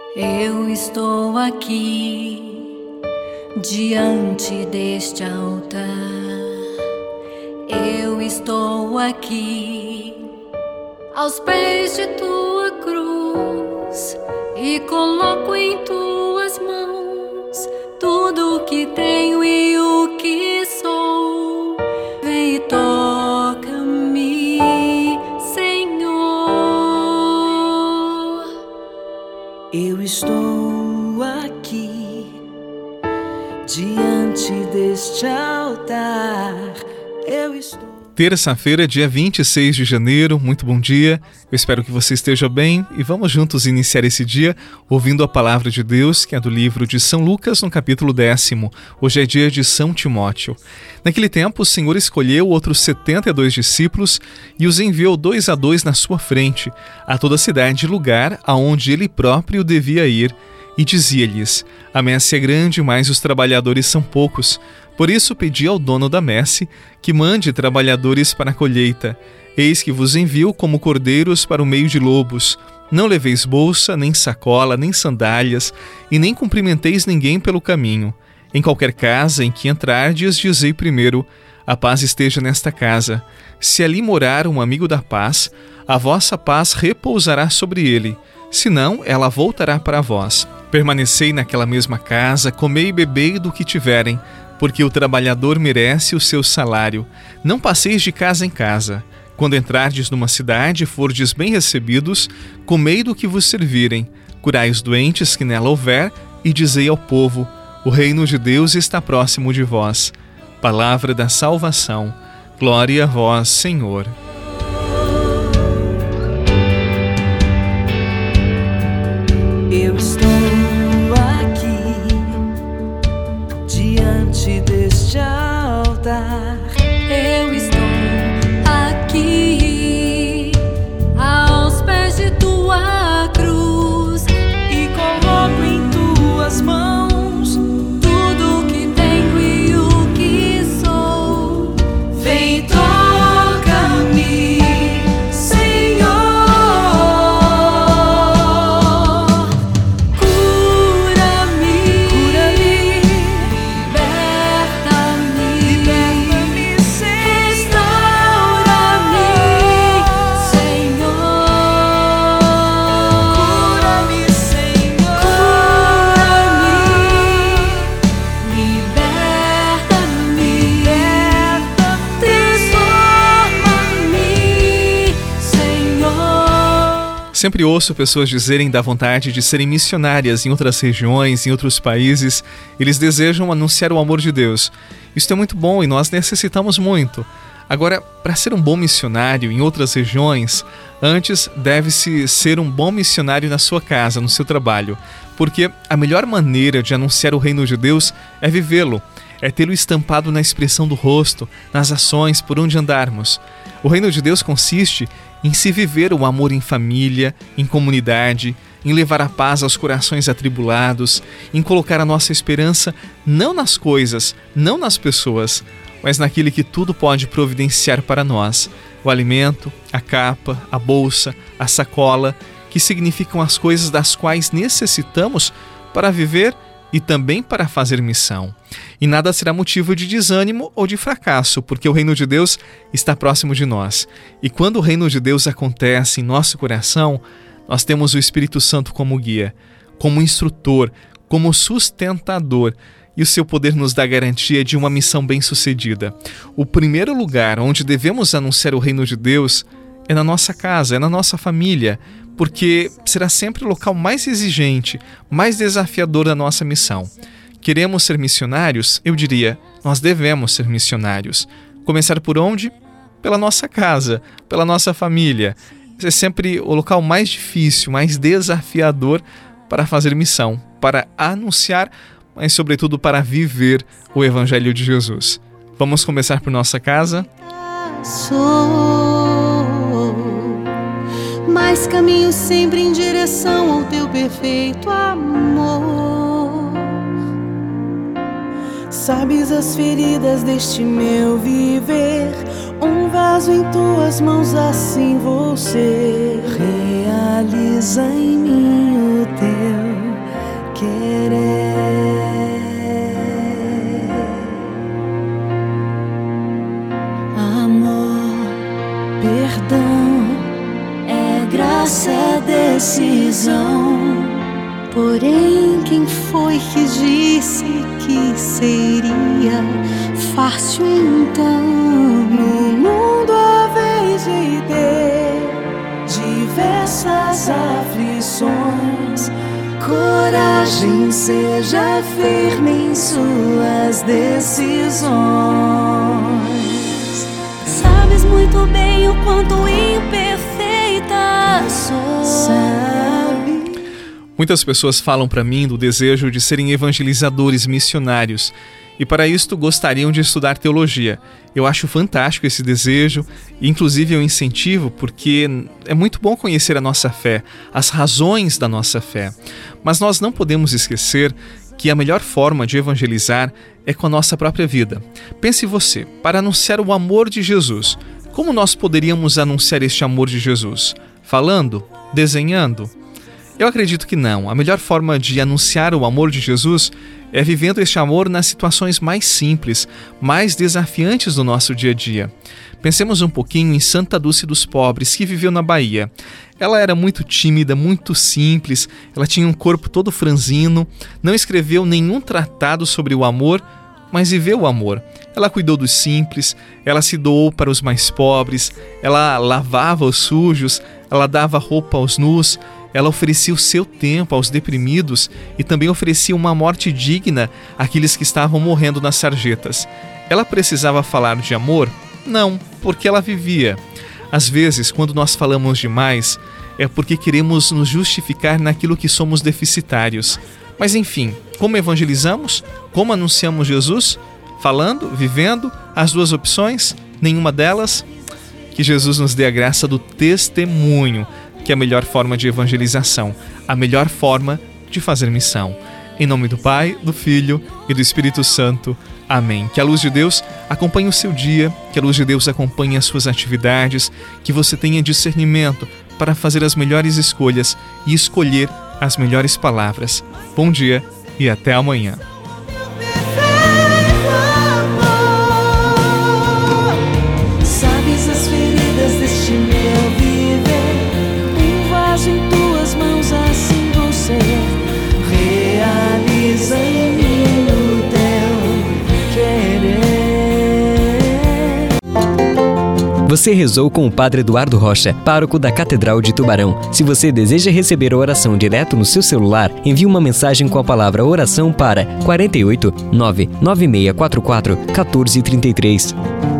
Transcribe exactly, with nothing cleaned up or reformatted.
Eu estou aqui diante deste altar. Eu estou aqui aos pés de tua cruz e coloco em tuas mãos tudo o que tenho e o que sou. Vem e toca-me, Senhor. Eu estou aqui diante deste altar. Eu estou. Terça-feira, dia vinte e seis de janeiro, muito bom dia, eu espero que você esteja bem e vamos juntos iniciar esse dia ouvindo a palavra de Deus, que é do livro de São Lucas, no capítulo décimo. Hoje é dia de São Timóteo. Naquele tempo, o Senhor escolheu outros setenta e dois discípulos e os enviou dois a dois na sua frente, a toda a cidade e lugar aonde ele próprio devia ir, e dizia-lhes: a messe é grande, mas os trabalhadores são poucos. Por isso pedi ao dono da messe que mande trabalhadores para a colheita. Eis que vos envio como cordeiros para o meio de lobos. Não leveis bolsa, nem sacola, nem sandálias, e nem cumprimenteis ninguém pelo caminho. Em qualquer casa em que entrardes, dizei primeiro: a paz esteja nesta casa. Se ali morar um amigo da paz, a vossa paz repousará sobre ele. Senão, ela voltará para vós. Permanecei naquela mesma casa, comei e bebei do que tiverem, porque o trabalhador merece o seu salário. Não passeis de casa em casa. Quando entrardes numa cidade e fordes bem recebidos, comei do que vos servirem. Curai os doentes que nela houver e dizei ao povo: o reino de Deus está próximo de vós. Palavra da salvação. Glória a vós, Senhor. Eu estou aqui diante deste altar. Eu estou aqui aos pés de tua cruz E coloco em tuas mãos tudo o que tenho e o que sou. Vem e toca-me, Senhor. Cura-me, Cura-me, liberta-me, liberta-me, restaura-me, Senhor. Cura-me, Senhor. Cura-me, liberta-me, Liberta-me, transforma-me, Senhor. Sempre ouço pessoas dizerem da vontade de serem missionárias em outras regiões, em outros países. Eles desejam anunciar o amor de Deus. Isso é muito bom e nós necessitamos muito. Agora, para ser um bom missionário em outras regiões, antes deve-se ser um bom missionário na sua casa, no seu trabalho. Porque a melhor maneira de anunciar o reino de Deus é vivê-lo, é tê-lo estampado na expressão do rosto, nas ações, por onde andarmos. O reino de Deus consiste em se viver o amor em família, em comunidade, em levar a paz aos corações atribulados, em colocar a nossa esperança não nas coisas, não nas pessoas, mas naquele que tudo pode providenciar para nós: o alimento, a capa, a bolsa, a sacola, que significam as coisas das quais necessitamos para viver e também para fazer missão. E nada será motivo de desânimo ou de fracasso, porque o reino de Deus está próximo de nós. E quando o reino de Deus acontece em nosso coração, nós temos o Espírito Santo como guia, como instrutor, como sustentador, e o seu poder nos dá garantia de uma missão bem-sucedida. O primeiro lugar onde devemos anunciar o reino de Deus é na nossa casa, é na nossa família, porque será sempre o local mais exigente, mais desafiador da nossa missão. Queremos ser missionários? Eu diria, nós devemos ser missionários. Começar por onde? Pela nossa casa, pela nossa família. É sempre o local mais difícil, mais desafiador para fazer missão, para anunciar, mas sobretudo para viver o Evangelho de Jesus. Vamos começar por nossa casa? Sou, mas caminho sempre em direção ao teu perfeito amor. Sabes as feridas deste meu viver, um vaso em tuas mãos, assim vou ser. Realiza em mim o teu Porém, quem foi que disse que seria fácil então? No mundo haveis de ter diversas aflições. Coragem, seja firme em suas decisões. Sabes muito bem o quanto imperfeita sou. Sabe? Muitas pessoas falam para mim do desejo de serem evangelizadores missionários e para isto gostariam de estudar teologia. Eu acho fantástico esse desejo e inclusive eu incentivo porque é muito bom conhecer a nossa fé, as razões da nossa fé. Mas nós não podemos esquecer que a melhor forma de evangelizar é com a nossa própria vida. Pense você, para anunciar o amor de Jesus, como nós poderíamos anunciar este amor de Jesus? Falando? Desenhando? Eu acredito que não. A melhor forma de anunciar o amor de Jesus é vivendo este amor nas situações mais simples, mais desafiantes do nosso dia a dia. Pensemos um pouquinho em Santa Dulce dos Pobres, que viveu na Bahia. Ela era muito tímida, muito simples, ela tinha um corpo todo franzino, não escreveu nenhum tratado sobre o amor, mas viveu o amor. Ela cuidou dos simples, ela se doou para os mais pobres, ela lavava os sujos, ela dava roupa aos nus, ela oferecia o seu tempo aos deprimidos e também oferecia uma morte digna àqueles que estavam morrendo nas sarjetas. Ela precisava falar de amor? Não, porque ela vivia. Às vezes, quando nós falamos demais, é porque queremos nos justificar naquilo que somos deficitários. Mas enfim, como evangelizamos? Como anunciamos Jesus? Falando? Vivendo? As duas opções? Nenhuma delas? Que Jesus nos dê a graça do testemunho, que é a melhor forma de evangelização, a melhor forma de fazer missão. Em nome do Pai, do Filho e do Espírito Santo. Amém. Que a luz de Deus acompanhe o seu dia, que a luz de Deus acompanhe as suas atividades, que você tenha discernimento para fazer as melhores escolhas e escolher as melhores palavras. Bom dia e até amanhã. Sabes as feridas deste meu viver, um vaso em tuas mãos assim vou ser. Realiza em mim o teu querer. Você rezou com o Padre Eduardo Rocha, pároco da Catedral de Tubarão. Se você deseja receber a oração direto no seu celular, envie uma mensagem com a palavra oração para quarenta e oito, nove nove seis quatro quatro, um quatro três três.